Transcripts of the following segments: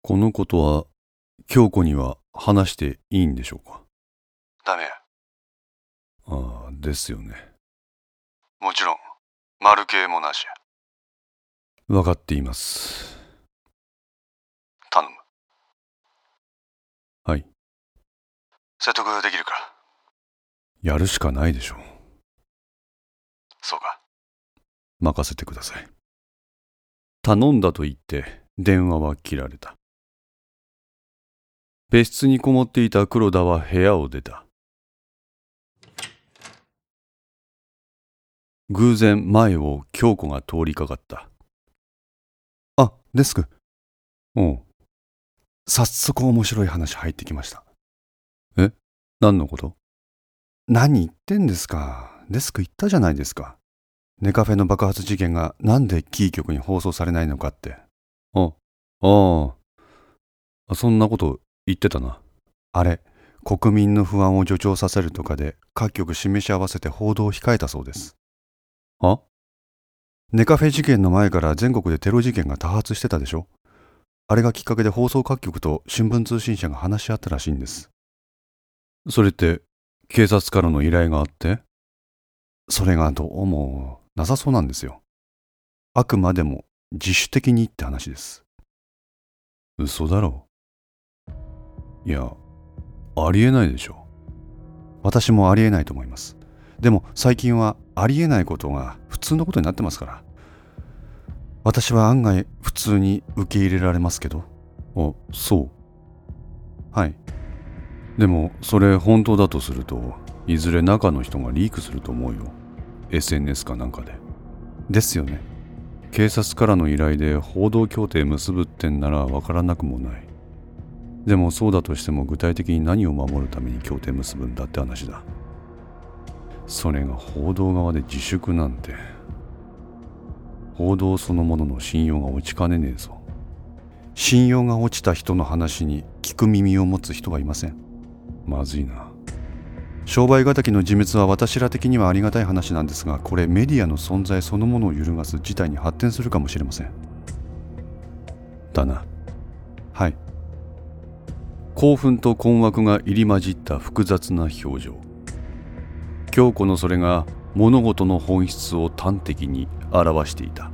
このことは京子には話していいんでしょうか？ ダメ。 ああ、ですよね。 もちろん、丸系もなし。 わかっています。 頼む。 はい。 説得できるか？ やるしかないでしょう。 そうか。 任せてください。頼んだと言って電話は切られた。別室にこもっていた黒田は部屋を出た。偶然前を京子が通りかかった。あ、デスク。おう。早速面白い話入ってきました。え？何のこと？何言ってんですか。デスク言ったじゃないですか。ネカフェの爆発事件がなんでキー局に放送されないのかって。ああ、そんなこと言ってたな。あれ、国民の不安を助長させるとかで各局示し合わせて報道を控えたそうです。は？ネカフェ事件の前から全国でテロ事件が多発してたでしょ。あれがきっかけで放送各局と新聞通信社が話し合ったらしいんです。それって警察からの依頼があって？それがどうもなさそうなんですよ。あくまでも自主的にって話です。嘘だろ。いや、ありえないでしょ。私もありえないと思います。でも最近はありえないことが普通のことになってますから。私は案外普通に受け入れられますけど。あ、そう。はい。でもそれ本当だとすると、いずれ中の人がリークすると思うよ。SNS かなんかで。ですよね。警察からの依頼で報道協定結ぶってんならわからなくもない。でもそうだとしても具体的に何を守るために協定結ぶんだって話だ。それが報道側で自粛なんて。報道そのものの信用が落ちかねねえぞ。信用が落ちた人の話に聞く耳を持つ人はいません。まずいな。商売敵の自滅は私ら的にはありがたい話なんですが、これメディアの存在そのものを揺るがす事態に発展するかもしれません。だな。はい。興奮と困惑が入り混じった複雑な表情。京子のそれが物事の本質を端的に表していた。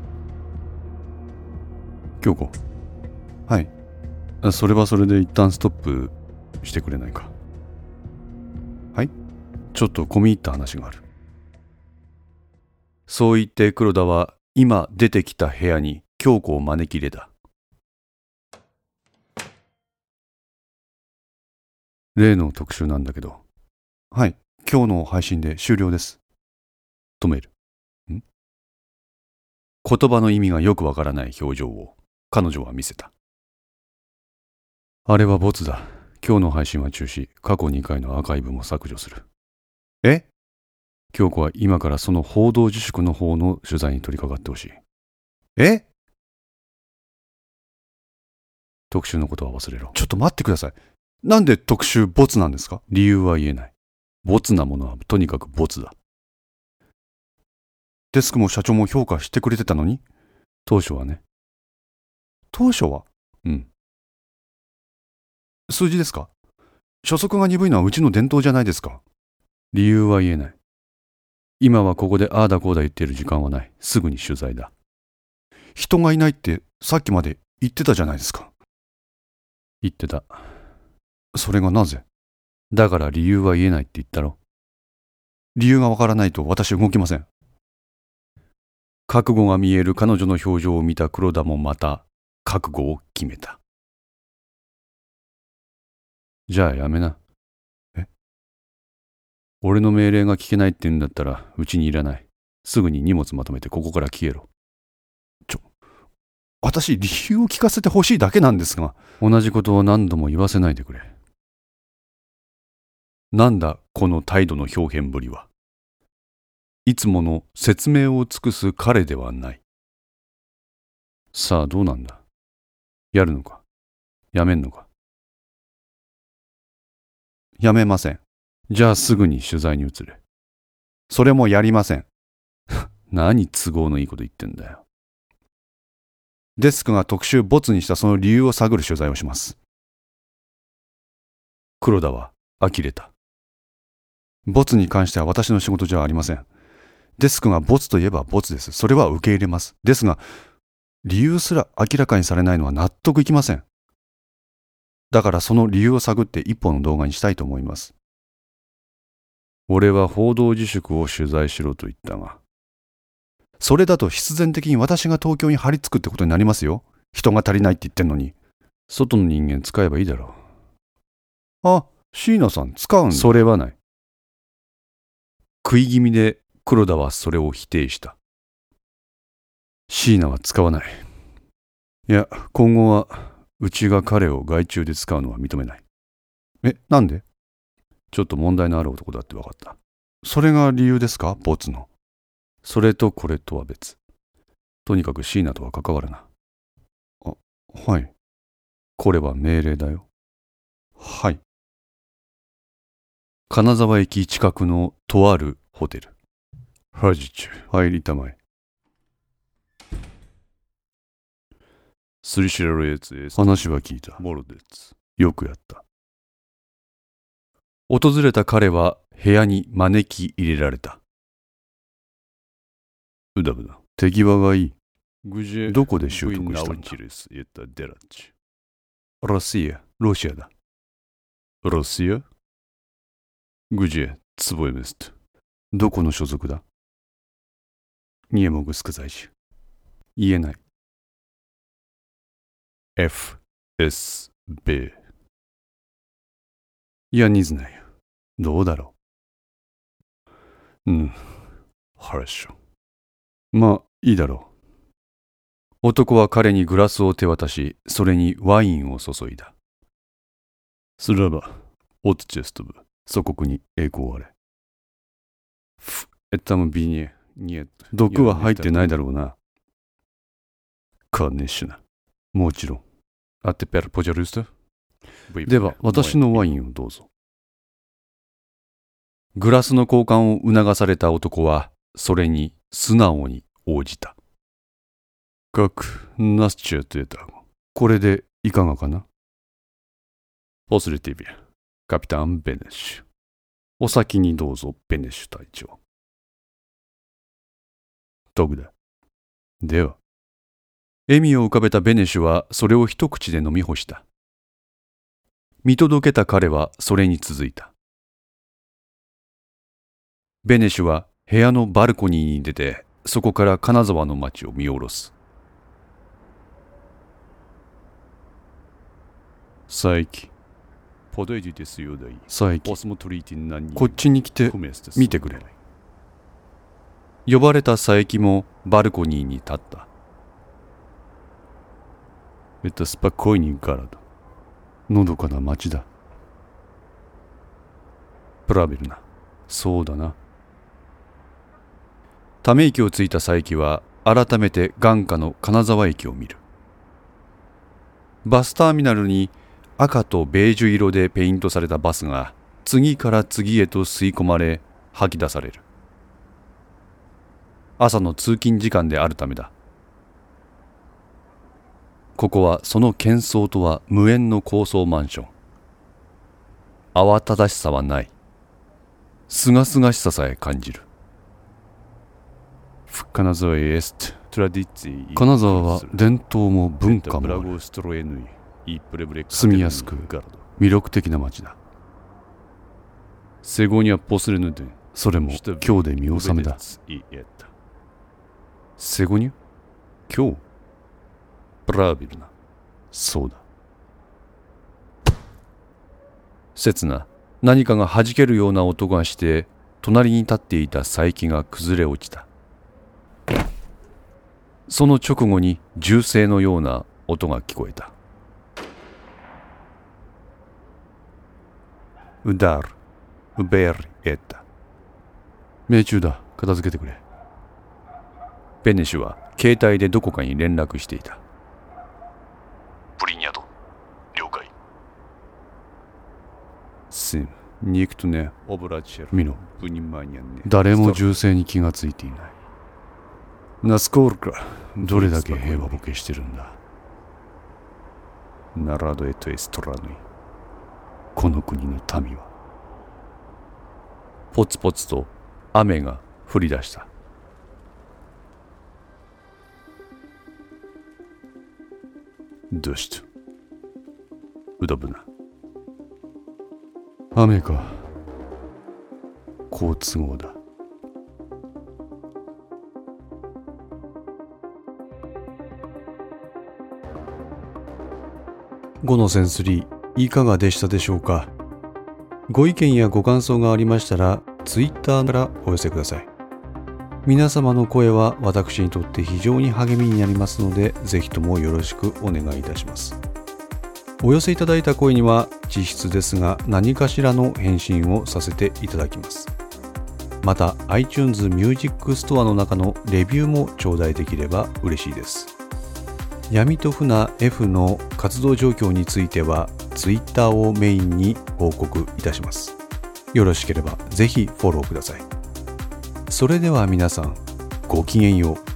京子。はい。それはそれで一旦ストップしてくれないか。はい。ちょっと込み入った話がある。そう言って黒田は今出てきた部屋に京子を招き入れた。例の特集なんだけど。はい。今日の配信で終了です。止める。言葉の意味がよくわからない表情を彼女は見せた。あれはボツだ。今日の配信は中止。過去2回のアーカイブも削除する。え？京子は今からその報道自粛の方の取材に取り掛かってほしい。え？特集のことは忘れろ。ちょっと待ってください。なんで特集ボツなんですか？理由は言えない。ボツなものはとにかくボツだ。デスクも社長も評価してくれてたのに？当初はね。当初は？うん。数字ですか？初速が鈍いのはうちの伝統じゃないですか。理由は言えない。今はここでああだこうだ言っている時間はない。すぐに取材だ。人がいないってさっきまで言ってたじゃないですか。言ってた。それがなぜ？だから理由は言えないって言ったろ。理由がわからないと私動きません。覚悟が見える彼女の表情を見た黒田もまた覚悟を決めた。じゃあやめな。え？俺の命令が聞けないって言うんだったらうちにいらない。すぐに荷物まとめてここから消えろ。私理由を聞かせてほしいだけなんですが。同じことを何度も言わせないでくれ。なんだこの態度の表現ぶりは。いつもの説明を尽くす彼ではない。さあどうなんだ。やるのかやめんのか。やめません。じゃあすぐに取材に移れ。それもやりません。何都合のいいこと言ってんだよ。 デスクが特集ボツにしたその理由を探る取材をします。黒田は呆れた。ボツに関しては私の仕事じゃありません。デスクがボツといえばボツです。それは受け入れます。ですが、理由すら明らかにされないのは納得いきません。だからその理由を探って一本の動画にしたいと思います。俺は報道自粛を取材しろと言ったが、それだと必然的に私が東京に張り付くってことになりますよ。人が足りないって言ってんのに。外の人間使えばいいだろう。あ、椎名さん使うんだ。それはない。食い気味で黒田はそれを否定した。椎名は使わない。いや、今後はうちが彼を外注で使うのは認めない。なんで？ちょっと問題のある男だって分かった。それが理由ですか？ボツの。それとこれとは別。とにかく椎名とは関わるな。はい。これは命令だよ。はい。金沢駅近くのとあるホテル。ハジチュ、入りたまえ。スリシラルエツエス。話は聞いた。モルデツ。よくやった。訪れた彼は部屋に招き入れられた。うだうだ。手際がいい。どこで習得したんだ？ロシア、ロシアだ。ロシア？グジェ、ツボエメスト。どこの所属だ？ニエモグスク在住。言えない。FSB。いや、ニズナよ。どうだろう。хорошо。まあ、いいだろう。男は彼にグラスを手渡し、それにワインを注いだ。すらば、オツチェストブ、祖国に栄光あれ。毒は入ってないだろうな。カーネッシュナ。もちろん。あってペルポジャルスト。では、私のワインをどうぞ。グラスの交換を促された男は、それに素直に応じた。ナスチューテータ。これでいかがかな？ポスリティビア、カピタン・ベネッシュ。お先にどうぞ、ベネッシュ隊長。トグだ。では。笑みを浮かべたベネッシュはそれを一口で飲み干した。見届けた彼はそれに続いた。ベネッシュは部屋のバルコニーに出て、そこから金沢の街を見下ろす。佐伯、こっちに来て見てくれ。呼ばれた佐伯もバルコニーに立った。のどかな街だ。プラベルな。そうだな。ため息をついた佐伯は改めて眼下の金沢駅を見る。バスターミナルに赤とベージュ色でペイントされたバスが次から次へと吸い込まれ吐き出される。朝の通勤時間であるためだ。ここはその喧騒とは無縁の高層マンション。慌ただしさはない。すがすがしささえ感じる。金沢は伝統も文化もある。住みやすく魅力的な街だ。それも今日で見納めだ。セゴニュ？今日？プラービルな。そうだ。刹那、何かが弾けるような音がして、隣に立っていた佐伯が崩れ落ちた。その直後に銃声のような音が聞こえた。ウダール、ウベーリエッタ。命中だ。片付けてくれ。ベネシュは携帯でどこかに連絡していた。 プリニャド、了解。 見ろ。誰も銃声に気がついていない。 ナスコールか、どれだけ平和ボケしてるんだ。ナラドエトエストラヌイ、この国の民は。ポツポツと雨が降り出した。どうした？うどぶな。雨か。好都合だ。5のセンスリー、いかがでしたでしょうか。ご意見やご感想がありましたら、Twitter からお寄せください。皆様の声は私にとって非常に励みになりますので、ぜひともよろしくお願いいたします。お寄せいただいた声には、実質ですが何かしらの返信をさせていただきます。また、iTunes Music Store の中のレビューも頂戴できれば嬉しいです。闇と船 F の活動状況については Twitter をメインに報告いたします。よろしければぜひフォローください。それでは皆さん、ごきげんよう。